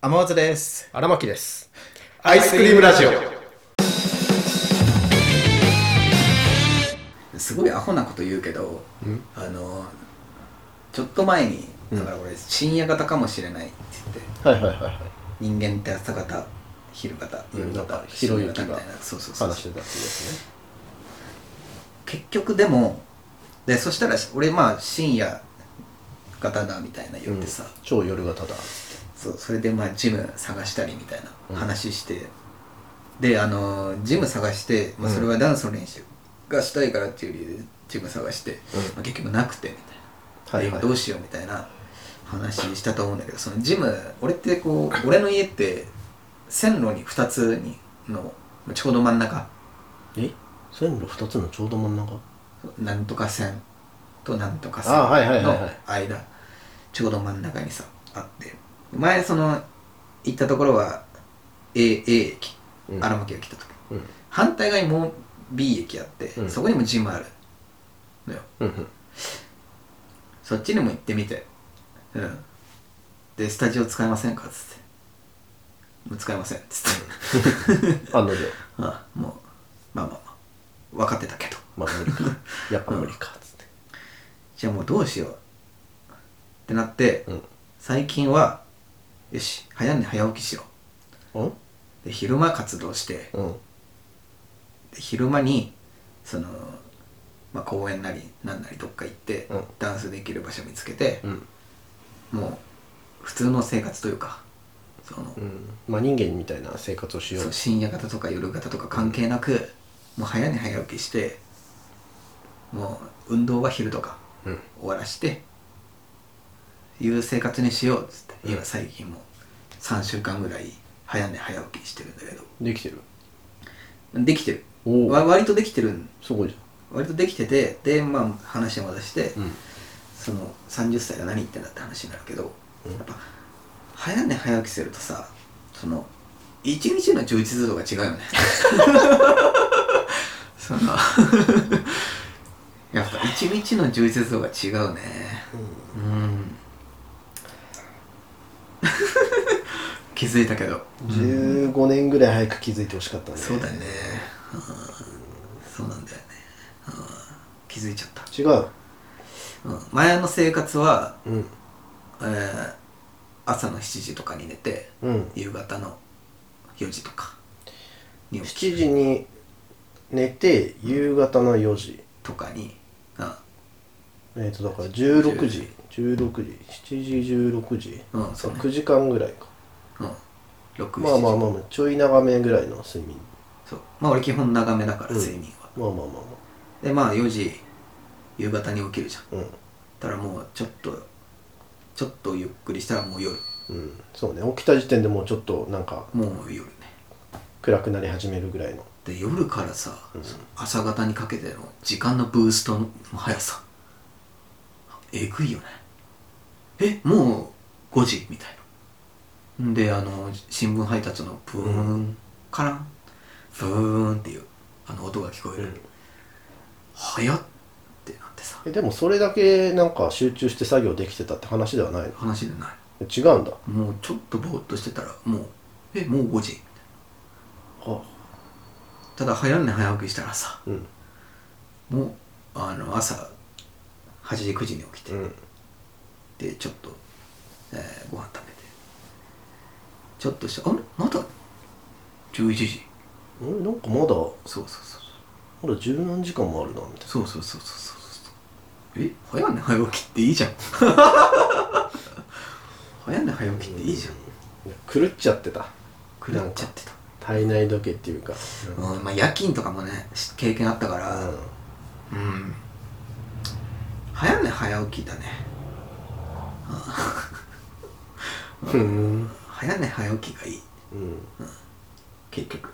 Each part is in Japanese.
天松です。 荒牧です。 アイスクリームラジオ。 すごいアホなこと言うけど、ちょっと前にだから俺深夜型かもしれないって言って、人間って朝型、昼型、夜型、 ひろゆきがみたいな、そう話してたっていうですね。 結局でもで、そしたら俺深夜型だみたいな言ってさ、 超夜型だ。 それでジム探したりみたいな話して、でジム探して、それはダンスの練習がしたいからっていう理由でジム探して、結局なくてみたいな、今どうしようみたいな話したと思うんだけど、そのジム、俺って俺の家って線路に2つのちょうど真ん中、 線路2つのちょうど真ん中、 なんとか線となんとか線の間、ちょうど真ん中にさあって、前行ったところは A 駅、荒牧が来た時、反対側にもう B 駅あって、そこにもジムあるのよ、そっちにも行ってみて、でスタジオ使えませんかっつって、もう使えませんっつって案の定もう分かってたけど無理かやっぱ無理かっつって、 じゃあもうどうしようってなって、最近はよし早寝早起きしよう、で昼間活動して、で昼間に公園なりなんなりどっか行って、ダンスできる場所見つけて、もう普通の生活というか人間みたいな生活をしよう。 深夜型とか夜型とか関係なく、もう早寝早起きして、もう運動は昼とか終わらしていう生活にしようっつって、今最近も3週間ぐらい早寝早起きしてるんだけど、 できてる割とできてる。 すごいじ割とできてて、で話を戻して、30歳が何言ってんだって話になるけど、やっぱ早寝早起きするとさ、一日の充実度が違うよねやっぱ一日の充実度が違うね。気づいたけど 15年ぐらい早く気づいてほしかったね。 そうだね、そうなんだよね、気づいちゃった。 違う、 前の生活は、朝の7時とかに寝て、夕方の4時とかに起き 7時に寝て夕方の4時とかに、 だから16時7時16時、 そうね、 9時間ぐらいか。 6、7時、 ちょい長めぐらいの睡眠。 そう、俺基本長めだから、睡眠は。で4時夕方に起きるじゃん。だからもうちょっとゆっくりしたらもう夜。 そうね、起きた時点でもうちょっとなんかもう夜ね、 暗くなり始めるぐらいの。 で夜からさ、朝方にかけての時間のブーストの速さえぐいよね。もう5時みたいな。で新聞配達のブーン、カランブーンっていう音が聞こえる、早っってなってさ。 でもそれだけなんか集中して作業できてたって話ではないの？ 話でない。 違うんだ。 もうちょっとぼーっとしてたらもうもう5時みたいな。ただ早寝早起きしたらさ、もう朝8時9時に起きて、でちょっと、ご飯食べてちょっとしたまだ11時、 なんかまだそうまだ十何時間もあるなみたいな。 そう早寝早起きっていいじゃん早寝早起きっていいじゃん。 狂っちゃってた。体内時計っていうか、 夜勤とかもね経験あったから、早寝早起きだね。早寝早起きがいい、結局。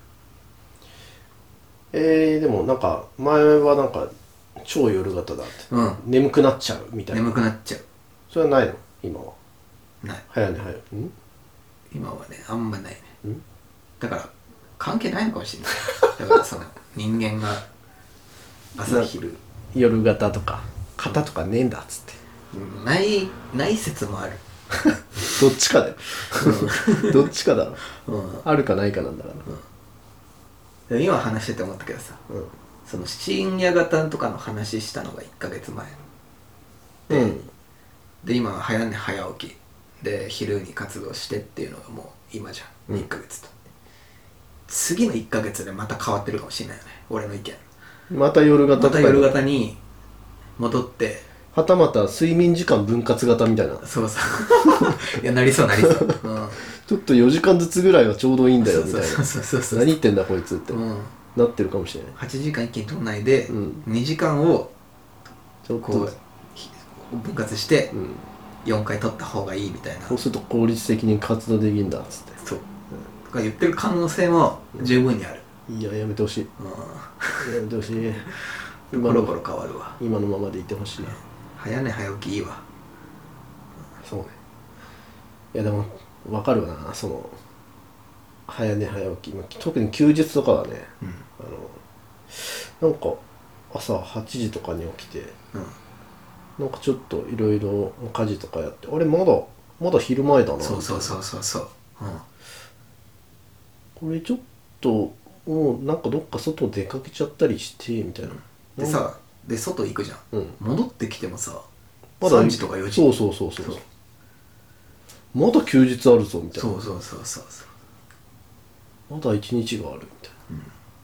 でもなんか前はなんか超夜型だって、眠くなっちゃうみたいな。 眠くなっちゃう。 それはないの？今はない。 早寝早起き、 今はねあんまないね。だから関係ないのかもしれない。だから人間が朝昼夜型とか型とかねえんだっつって、 ない説もあるどっちかだよどっちかだろ、 うん、 あるかないかなんだから、 うん、今話してて思ったけどさ、うん、その深夜型とかの話したのが1ヶ月前で、うん、で今は早寝早起きで昼に活動してっていうのがもう今じゃん、1ヶ月と次の1ヶ月でまた変わってるかもしれないよね、俺の意見。 また夜型とか、 また夜型に戻って、 はたまた睡眠時間分割型みたいな。 そうそういやなりそうなりそう、うん、 ちょっと4時間ずつぐらいはちょうどいいんだよみたいな、何言ってんだこいつって、なってるかもしれない。 8時間一気に取らないで、2時間をちょっとこう分割して4回取った方がいいみたいな、 そうすると効率的に活動できるんだっつって、 そう、とか言ってる可能性も十分にある。 いややめてほしい、やめてほしいコロコロ変わるわ。 今のままでいてほしい。 早寝早起きいいわ。 そうね。いやでも分かるわな、その早寝早起き、特に休日とかはね、なんか朝8時とかに起きて、なんかちょっといろいろ家事とかやって、あれまだ昼前だな、 そうそうそうそう、 これちょっともうなんかどっか外出かけちゃったりしてみたいな、 でさ、で外行くじゃん、戻ってきてもさまだ 3時とか4時、 そうまだ休日あるぞみたいな、 そうまだ一日があるみたいな、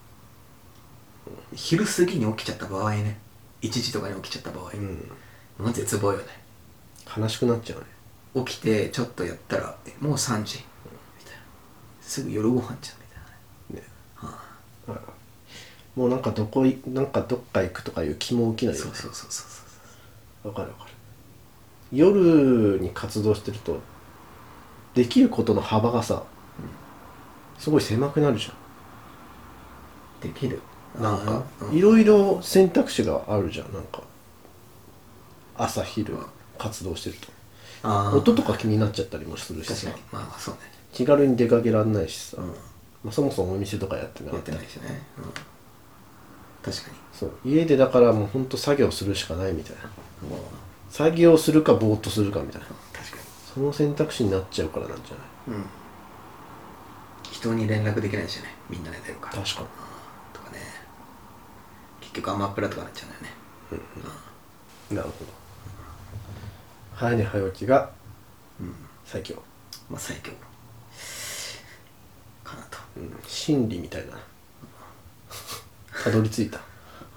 昼過ぎに起きちゃった場合ね、1時とかに起きちゃった場合、もう絶望よね。 悲しくなっちゃうね。 起きてちょっとやったらもう3時、みたいな、すぐ夜ご飯じゃんみたいなね、 もうなんかどっか行くとかいう気も起きないよね。そうわかる。夜に活動してるとできることの幅がさ、すごい狭くなるじゃん。できるなんかいろいろ選択肢があるじゃん。なんか朝昼活動してると音とか気になっちゃったりもするしさ、 そうね、 気軽に出かけられないしさ、そもそもお店とかやってなかったりしね、確かにそう、家でだからもうほんと作業するしかないみたいな、作業するかぼーっとするかみたいな、 確かにその選択肢になっちゃうからなんじゃない？ 人に連絡できないしね、みんな寝てるから。 確かにとかね、結局アマプラとかなっちゃうんだよね。 なるほど。早寝早起きが最強、 最強かなと、 真理みたいなたどり着いた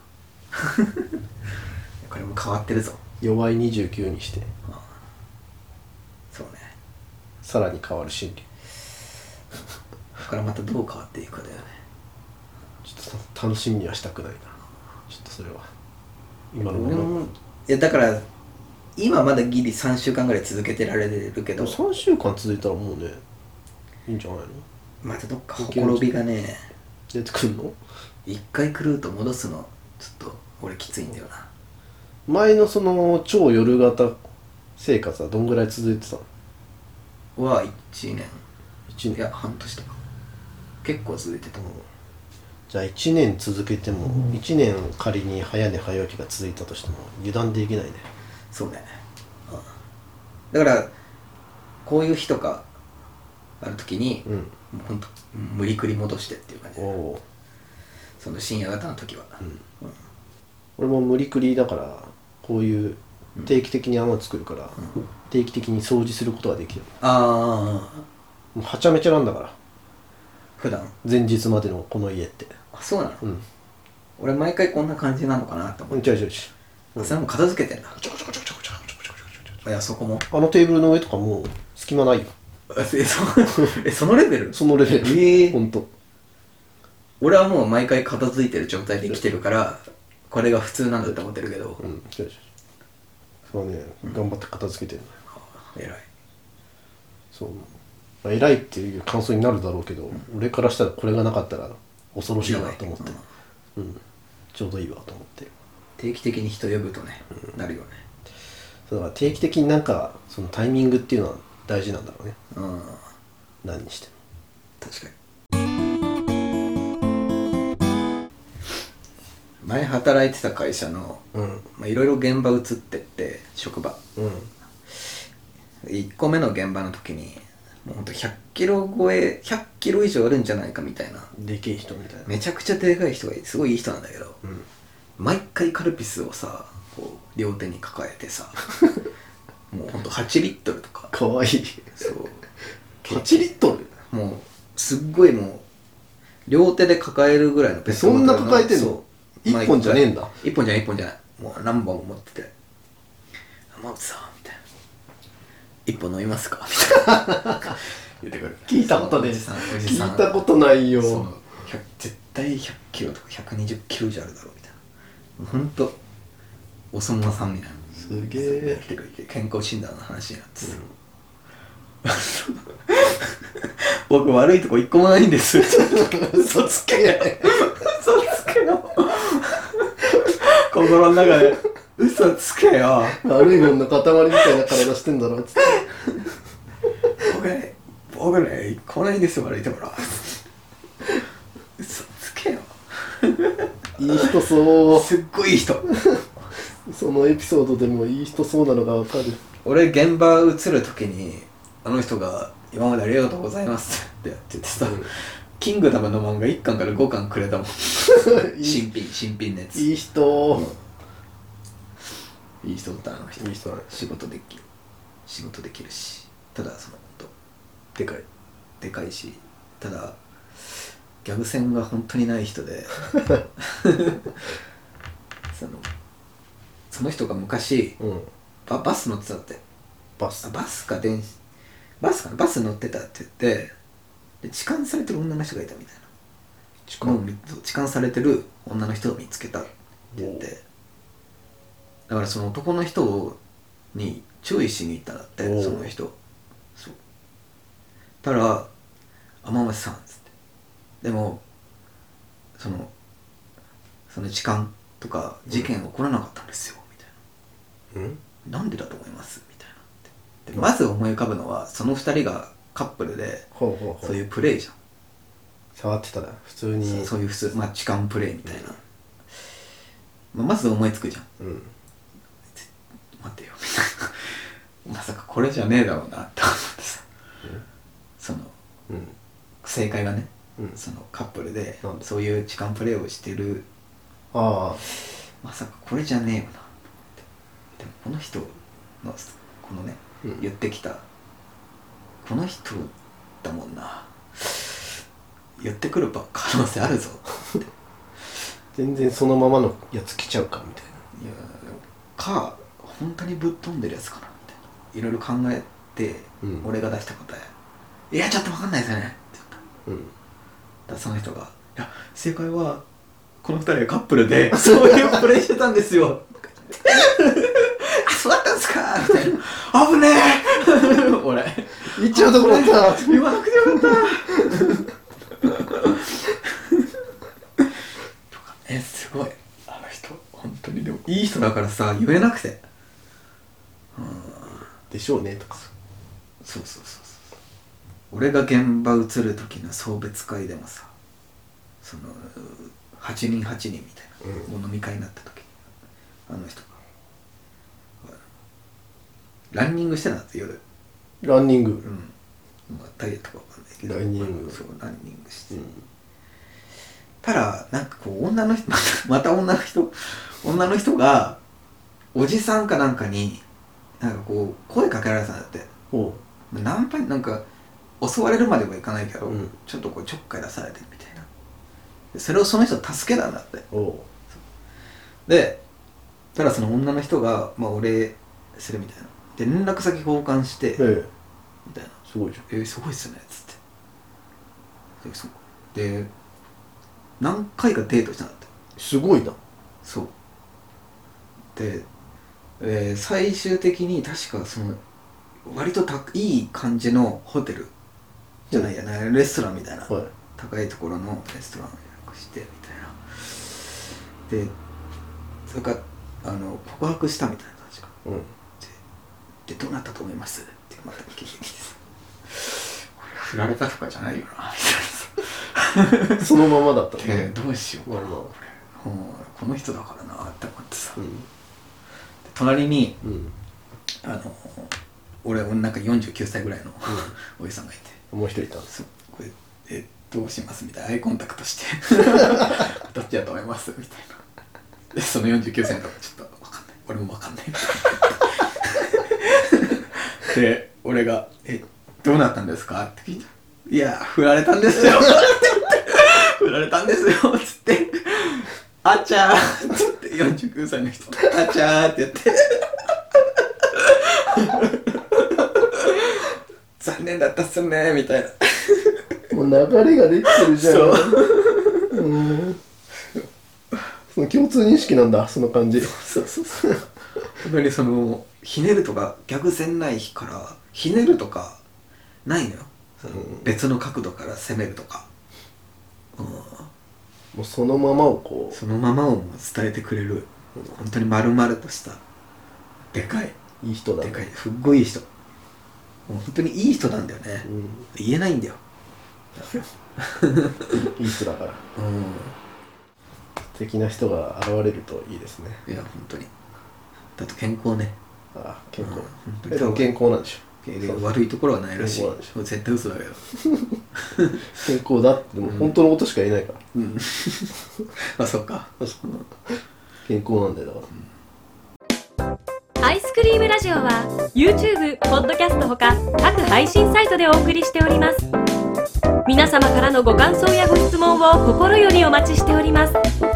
これも変わってるぞ。 弱い29にしてそうね、 さらに変わる真理ここからまたどう変わっていくかだよね。 ちょっと楽しみにはしたくないな、ちょっとそれは今のまま。 いやだから今まだギリ3週間ぐらい続けてられるけど、 3週間続いたらもうねいいんじゃないの？ またどっかほころびがね出てくるの？ 一回狂うと戻すのちょっと俺きついんだよな。 前のその超夜型生活はどんぐらい続いてたの？ は1年いや半年とか結構続いてた、 じゃあ1年続けても、1年仮に早寝早起きが続いたとしても油断できないね。 そうね、だからこういう日とかある時に、もうほんと無理くり戻してっていう感じで、その深夜型の時は、 俺も無理くりだからこういう定期的に穴作るから、定期的に掃除することができる。 もうはちゃめちゃなんだから、 普段前日までのこの家って。 そうなの？俺毎回こんな感じなのかなと思って。 違うそれも片付けてんだ。いやそこもあのテーブルの上とかもう隙間ないよ。 そのレベル？ そのレベル。ほんと俺はもう毎回片付いてる状態で来てるからこれが普通なんだって思ってるけど、 そうね、頑張って片付けてるのよ。 偉い。 そう、偉いっていう感想になるだろうけど、俺からしたらこれがなかったら恐ろしいなと思って、ちょうどいいわと思って。 定期的に人呼ぶとね、なるよね。 そうだから定期的になんかそのタイミングっていうのは大事なんだろうね。何にしても。 確かに。前働いてた会社のいろいろ現場移ってって職場、 1個目の現場の時にもうほんと100キロ超え100キロ以上あるんじゃないかみたいなでけえ人みたいな。 めちゃくちゃでかい人がいてすごいいい人なんだけど、 うん。 毎回カルピスをさこう両手に抱えてさもうほんと8リットルとかかわいい。 そう 8リットルもうすっごいもう両手で抱えるぐらいのペットそんなボトルの抱えてんのそう一本じゃねえんだ。 一本じゃない一本じゃないもう何本も持ってて山内さんみたいな一本飲みますかみたいな言ってくる。 聞いたことねえ。 おじさんおじさん聞いたことないよ。 そう絶対100キロとか120キロ以上あるだろうみたいなほんとお相撲さんみたいなすげえ。 来てくれて健康診断の話になってさ、僕悪いとこ一個もないんです嘘つけ嘘つけよ心の中で嘘つけよ悪いもんの塊みたいな体してんだろっつって。 僕ね一個もないんですよ悪いところ嘘つけよいい人そう。 すっごいいい人そのエピソードでもいい人そうなのがわかる。 俺現場映る時にあの人が「今までありがとうございます」ってやっててさ、キングダムの漫画1巻から5巻くれたもん新品のやついい人。 いい人だったあの人いい人だね。 仕事できるしただそのほんとでかい。 でかいしただギャグ線が本当にない人でその人が昔うん。 バス乗ってたってバス。 バス乗ってたって言ってで痴漢されてる女の人がいたみたいな痴漢されてる女の人を見つけたって言ってだからその男の人に注意しに行ったんだってその人そうたら「天松さん」っつってでもその痴漢とか事件起こらなかったんですよみたいな、なんでだと思いますみたいなってでまず思い浮かぶのはその二人がカップルでそういうプレイじゃん触ってたら普通にそういう普通痴漢プレイみたいな、まず思いつくじゃん、待てよみたいなまさかこれじゃねえだろうなって思ってさ、正解がね、そのカップルでそういう痴漢プレイをしてるまさかこれじゃねえよなでもこの人のこのね、言ってきたこの人だもんな言ってくる可能性あるぞって全然そのままのやつ来ちゃうかみたいな。 いやか本当にぶっ飛んでるやつかなみたいないろいろ考えて、俺が出した答えいやちょっと分かんないですよねって言った、だからその人がいや正解はこの二人はカップルでそういうプレイしてたんですよあそうだったんですかみたいな危ねえ俺言っちゃうとこだった言わなくてよかったとかすごいあの人本当にでもいい人だからさ言えなくてでしょうねとかそう俺が現場映る時の送別会でもさその8人みたいな、飲み会になった時あの人がランニングしてたんだって夜ランニングダイエットかわかんないけどランニングそうランニングして、たらなんかこう女の人また女の人がおじさんかなんかになんかこう声かけられたんだってナンパになんか襲われるまではいかないけど、ちょっとこうちょっかい出されてるみたいなでそれをその人助けたんだってでただその女の人がお礼するみたいなで連絡先交換してみたいなすごいじゃんすごいっすねっつってで何回かデートしたんだってすごいなそうで、最終的に確かその割といい感じのホテルじゃないやな、レストランみたいな、高いところのレストランを予約してみたいなでそれから告白したみたいな確か、でどうなったと思いますってまた聞いてきて振られたとかじゃないよなみたいなそのままだったねどうしようかなこの人だからなって思ってさ、隣に、 俺なんか49歳ぐらいのおじさんがいて、 もう一人いたんです。 これどうしますみたいなアイコンタクトしてどっちだと思いますみたいな。でその49歳のとこちょっと分かんない、俺も分かんないで俺がどうなったんですかって聞いた。いや振られたんですよ振られたんですよつってあちゃーっつって49歳の人あちゃーって言って残念だったっすねみたいな。 もう流れができてるじゃん。その共通認識なんだ、その感じ。 そう本当にそのひねるとか逆線ない日からひねるとかないのよ。その別の角度から攻めるとか、 もうそのままをこうそのままを伝えてくれる、本当に丸々としたでかいいい人だね。 でかいすっごいいい人、もう本当にいい人なんだよね、言えないんだよいい人だから、素敵な人が現れるといいですね。 いや本当に。だと健康ね。 ああ健康、 でも健康なんでしょ。 悪いところはないらしい。絶対嘘だけど健康だって、でも本当のことしか言えないから、 あそっか、 健康なんだよだから。アイスクリームラジオは YouTube、ポッドキャストほか各配信サイトでお送りしております。皆様からのご感想やご質問を心よりお待ちしております。